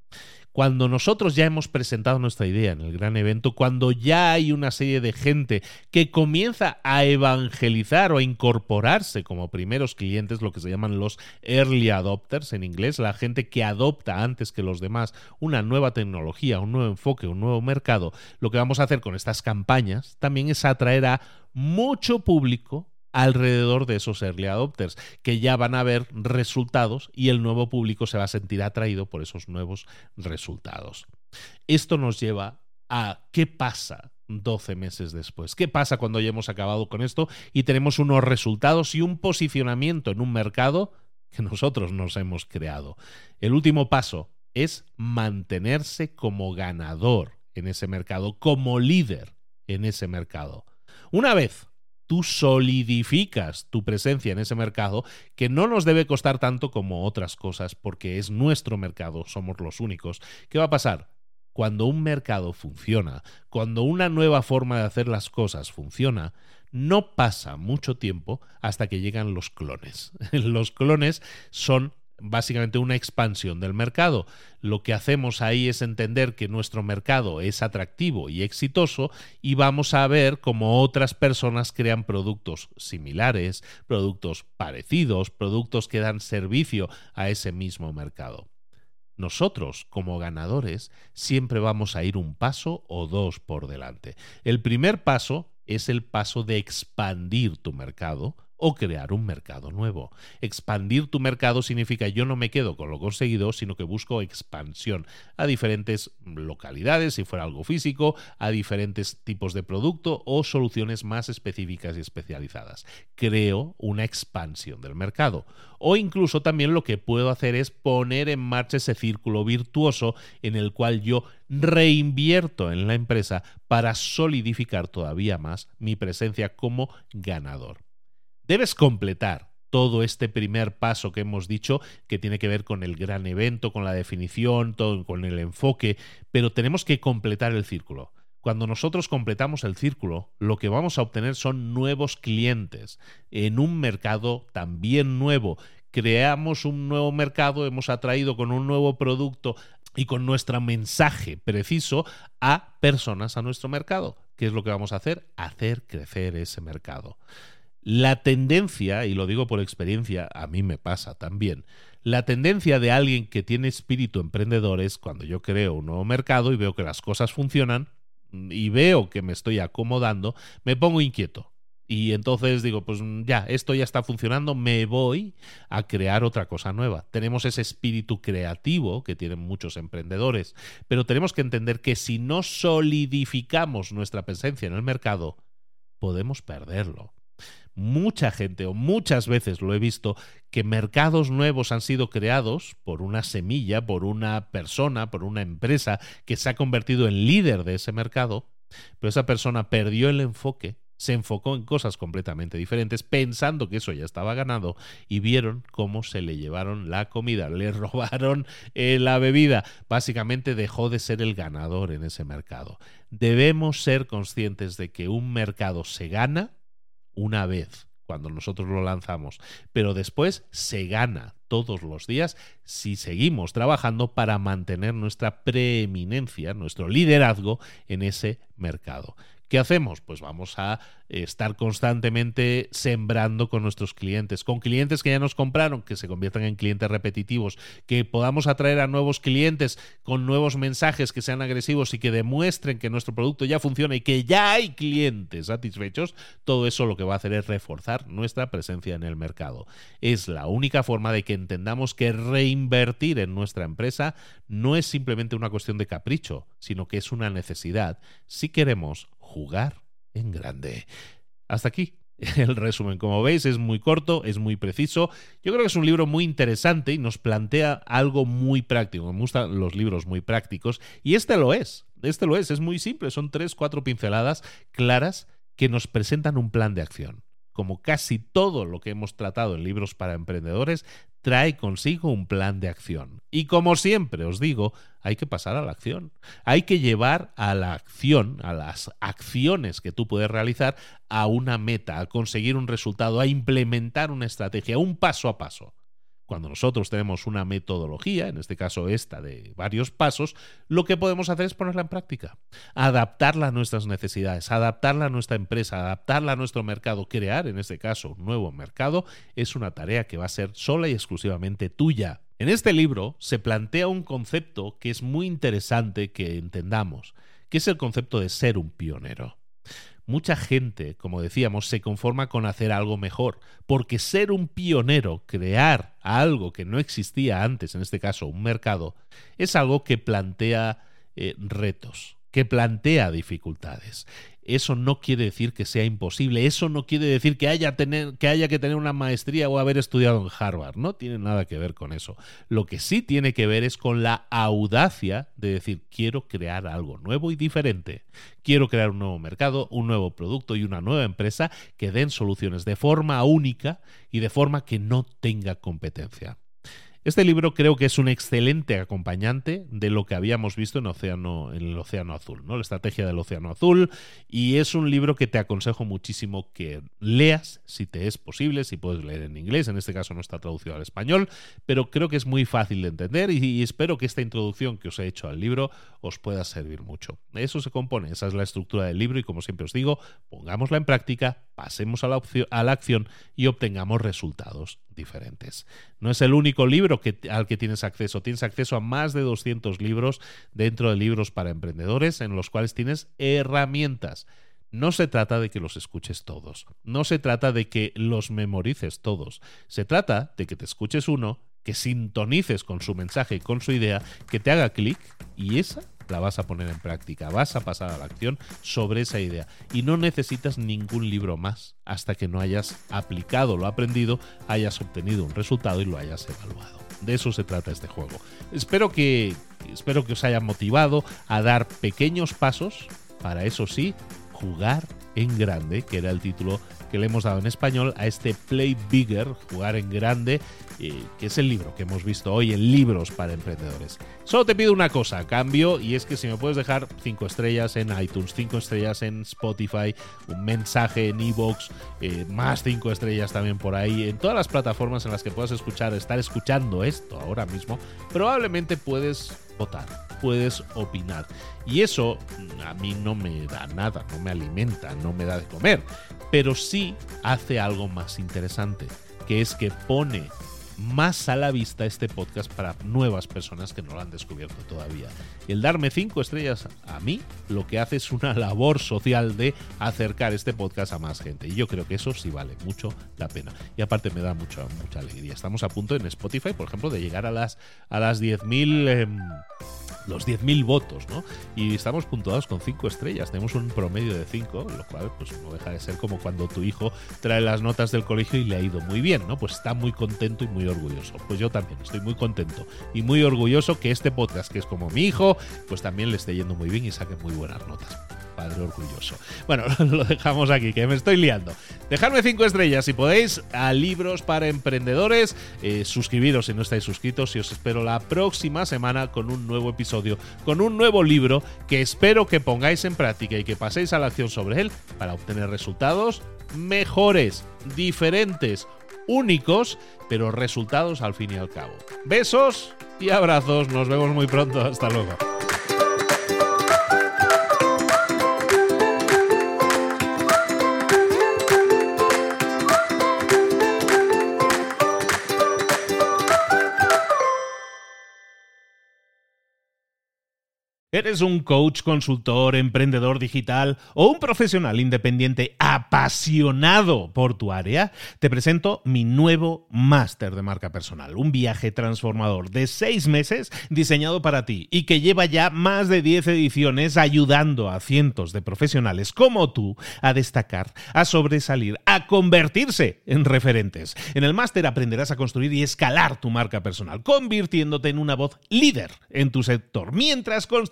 Speaker 1: Cuando nosotros ya hemos presentado nuestra idea en el gran evento, cuando ya hay una serie de gente que comienza a evangelizar o a incorporarse como primeros clientes, lo que se llaman los early adopters en inglés, la gente que adopta antes que los demás una nueva tecnología, un nuevo enfoque, un nuevo mercado, lo que vamos a hacer con estas campañas también es atraer a mucho público alrededor de esos early adopters, que ya van a ver resultados y el nuevo público se va a sentir atraído por esos nuevos resultados. Esto nos lleva a ¿qué pasa 12 meses después? ¿Qué pasa cuando ya hemos acabado con esto y tenemos unos resultados y un posicionamiento en un mercado que nosotros nos hemos creado? El último paso es mantenerse como ganador en ese mercado, como líder en ese mercado. Una vez tú solidificas tu presencia en ese mercado, que no nos debe costar tanto como otras cosas, porque es nuestro mercado, somos los únicos. ¿Qué va a pasar? Cuando un mercado funciona, cuando una nueva forma de hacer las cosas funciona, no pasa mucho tiempo hasta que llegan los clones. Los clones son básicamente una expansión del mercado. Lo que hacemos ahí es entender que nuestro mercado es atractivo y exitoso y vamos a ver cómo otras personas crean productos similares, productos parecidos, productos que dan servicio a ese mismo mercado. Nosotros, como ganadores, siempre vamos a ir un paso o dos por delante. El primer paso es el paso de expandir tu mercado o crear un mercado nuevo. Expandir tu mercado significa yo no me quedo con lo conseguido, sino que busco expansión a diferentes localidades, si fuera algo físico, a diferentes tipos de producto o soluciones más específicas y especializadas. Creo una expansión del mercado. O incluso también lo que puedo hacer es poner en marcha ese círculo virtuoso en el cual yo reinvierto en la empresa para solidificar todavía más mi presencia como ganador. Debes completar todo este primer paso que hemos dicho, que tiene que ver con el gran evento, con la definición, todo, con el enfoque, pero tenemos que completar el círculo. Cuando nosotros completamos el círculo, lo que vamos a obtener son nuevos clientes en un mercado también nuevo. Creamos un nuevo mercado, hemos atraído con un nuevo producto y con nuestro mensaje preciso a personas a nuestro mercado. ¿Qué es lo que vamos a hacer? Hacer crecer ese mercado. La tendencia, y lo digo por experiencia, a mí me pasa también, la tendencia de alguien que tiene espíritu emprendedor es cuando yo creo un nuevo mercado y veo que las cosas funcionan y veo que me estoy acomodando, me pongo inquieto. Y entonces digo, pues ya, esto ya está funcionando, me voy a crear otra cosa nueva. Tenemos ese espíritu creativo que tienen muchos emprendedores, pero tenemos que entender que si no solidificamos nuestra presencia en el mercado, podemos perderlo. Mucha gente, o muchas veces lo he visto, que mercados nuevos han sido creados por una semilla, por una persona, por una empresa que se ha convertido en líder de ese mercado, pero esa persona perdió el enfoque, se enfocó en cosas completamente diferentes, pensando que eso ya estaba ganado, y vieron cómo se le llevaron la comida, le robaron la bebida. Básicamente dejó de ser el ganador en ese mercado. Debemos ser conscientes de que un mercado se gana una vez cuando nosotros lo lanzamos, pero después se gana todos los días si seguimos trabajando para mantener nuestra preeminencia, nuestro liderazgo en ese mercado. ¿Qué hacemos? Pues vamos a estar constantemente sembrando con nuestros clientes, con clientes que ya nos compraron, que se conviertan en clientes repetitivos, que podamos atraer a nuevos clientes con nuevos mensajes que sean agresivos y que demuestren que nuestro producto ya funciona y que ya hay clientes satisfechos. Todo eso lo que va a hacer es reforzar nuestra presencia en el mercado. Es la única forma de que entendamos que reinvertir en nuestra empresa no es simplemente una cuestión de capricho, sino que es una necesidad si queremos jugar en grande. Hasta aquí el resumen. Como veis, es muy corto, es muy preciso. Yo creo que es un libro muy interesante y nos plantea algo muy práctico. Me gustan los libros muy prácticos y este lo es. Es muy simple. Son 3-4 pinceladas claras que nos presentan un plan de acción. Como casi todo lo que hemos tratado en libros para emprendedores, trae consigo un plan de acción. Y como siempre os digo, hay que pasar a la acción. Hay que llevar a la acción, a las acciones que tú puedes realizar, a una meta, a conseguir un resultado, a implementar una estrategia, un paso a paso. Cuando nosotros tenemos una metodología, en este caso esta de varios pasos, lo que podemos hacer es ponerla en práctica, adaptarla a nuestras necesidades, adaptarla a nuestra empresa, adaptarla a nuestro mercado. Crear, en este caso, un nuevo mercado es una tarea que va a ser sola y exclusivamente tuya. En este libro se plantea un concepto que es muy interesante que entendamos, que es el concepto de ser un pionero. Mucha gente, como decíamos, se conforma con hacer algo mejor, porque ser un pionero, crear algo que no existía antes, en este caso un mercado, es algo que plantea retos, que plantea dificultades. Eso no quiere decir que sea imposible, eso no quiere decir que haya que tener una maestría o haber estudiado en Harvard, no tiene nada que ver con eso. Lo que sí tiene que ver es con la audacia de decir, quiero crear algo nuevo y diferente, quiero crear un nuevo mercado, un nuevo producto y una nueva empresa que den soluciones de forma única y de forma que no tenga competencia. Este libro creo que es un excelente acompañante de lo que habíamos visto en el Océano Azul, ¿no? La estrategia del Océano Azul, y es un libro que te aconsejo muchísimo que leas, si te es posible, si puedes leer en inglés, en este caso no está traducido al español, pero creo que es muy fácil de entender y espero que esta introducción que os he hecho al libro os pueda servir mucho. De eso se compone, esa es la estructura del libro y como siempre os digo, pongámosla en práctica, pasemos a la acción y obtengamos resultados diferentes. No es el único libro al que tienes acceso a más de 200 libros dentro de libros para emprendedores en los cuales tienes herramientas. No se trata de que los escuches todos, no se trata de que los memorices todos, se trata de que te escuches uno, que sintonices con su mensaje y con su idea, que te haga clic y esa la vas a poner en práctica, vas a pasar a la acción sobre esa idea y no necesitas ningún libro más hasta que no hayas aplicado lo aprendido, hayas obtenido un resultado y lo hayas evaluado. De eso se trata este juego. Espero que os haya motivado a dar pequeños pasos para, eso sí, jugar en grande, que era el título que le hemos dado en español a este Play Bigger, jugar en grande, que es el libro que hemos visto hoy en Libros para Emprendedores. Solo te pido una cosa a cambio, y es que si me puedes dejar 5 estrellas en iTunes, 5 estrellas en Spotify, un mensaje en iVoox, más 5 estrellas también por ahí, en todas las plataformas en las que puedas estar escuchando esto ahora mismo, probablemente puedes votar, puedes opinar. Y eso a mí no me da nada, no me alimenta, no me da de comer, pero sí hace algo más interesante, que es que pone más a la vista este podcast para nuevas personas que no lo han descubierto todavía. Y el darme 5 estrellas a mí lo que hace es una labor social de acercar este podcast a más gente. Y yo creo que eso sí vale mucho la pena. Y aparte me da mucha alegría. Estamos a punto en Spotify, por ejemplo, de llegar a las 10.000... los 10.000 votos, ¿no? Y estamos puntuados con 5 estrellas. Tenemos un promedio de 5, lo cual pues no deja de ser como cuando tu hijo trae las notas del colegio y le ha ido muy bien, ¿no? Pues está muy contento y muy orgulloso. Pues yo también estoy muy contento y muy orgulloso que este podcast, que es como mi hijo, pues también le esté yendo muy bien y saque muy buenas notas. Padre orgulloso. Bueno, lo dejamos aquí, que me estoy liando. Dejadme 5 estrellas si podéis a Libros para Emprendedores. Suscribiros si no estáis suscritos y os espero la próxima semana con un nuevo episodio, con un nuevo libro que espero que pongáis en práctica y que paséis a la acción sobre él para obtener resultados mejores, diferentes, únicos, pero resultados al fin y al cabo. Besos y abrazos. Nos vemos muy pronto. Hasta luego. ¿Eres un coach, consultor, emprendedor digital o un profesional independiente apasionado por tu área? Te presento mi nuevo máster de marca personal, un viaje transformador de 6 meses diseñado para ti y que lleva ya más de 10 ediciones ayudando a cientos de profesionales como tú a destacar, a sobresalir, a convertirse en referentes. En el máster aprenderás a construir y escalar tu marca personal, convirtiéndote en una voz líder en tu sector, mientras construyes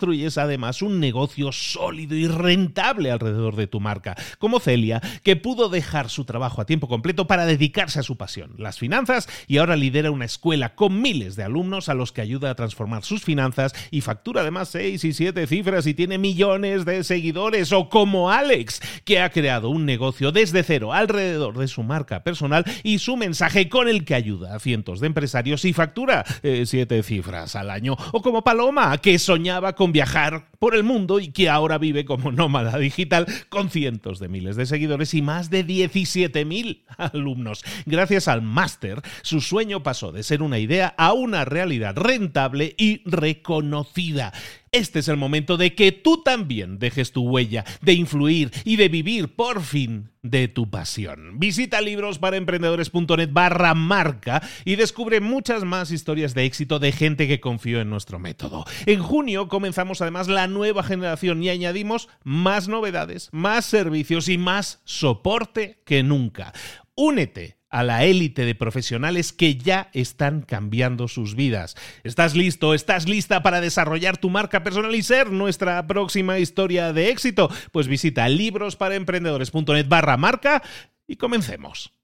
Speaker 1: construyes además un negocio sólido y rentable alrededor de tu marca, como Celia, que pudo dejar su trabajo a tiempo completo para dedicarse a su pasión, las finanzas, y ahora lidera una escuela con miles de alumnos a los que ayuda a transformar sus finanzas y factura además 6 y 7 cifras y tiene millones de seguidores. O como Alex, que ha creado un negocio desde cero alrededor de su marca personal y su mensaje, con el que ayuda a cientos de empresarios y factura 7 cifras al año. O como Paloma, que soñaba con viajar por el mundo y que ahora vive como nómada digital con cientos de miles de seguidores y más de 17.000 alumnos. Gracias al máster, su sueño pasó de ser una idea a una realidad rentable y reconocida. Este es el momento de que tú también dejes tu huella, de influir y de vivir por fin de tu pasión. Visita librosparaemprendedores.net/marca y descubre muchas más historias de éxito de gente que confió en nuestro método. En junio comenzamos además la nueva generación y añadimos más novedades, más servicios y más soporte que nunca. Únete a la élite de profesionales que ya están cambiando sus vidas. ¿Estás listo? ¿Estás lista para desarrollar tu marca personal y ser nuestra próxima historia de éxito? Pues visita librosparaemprendedores.net/marca y comencemos.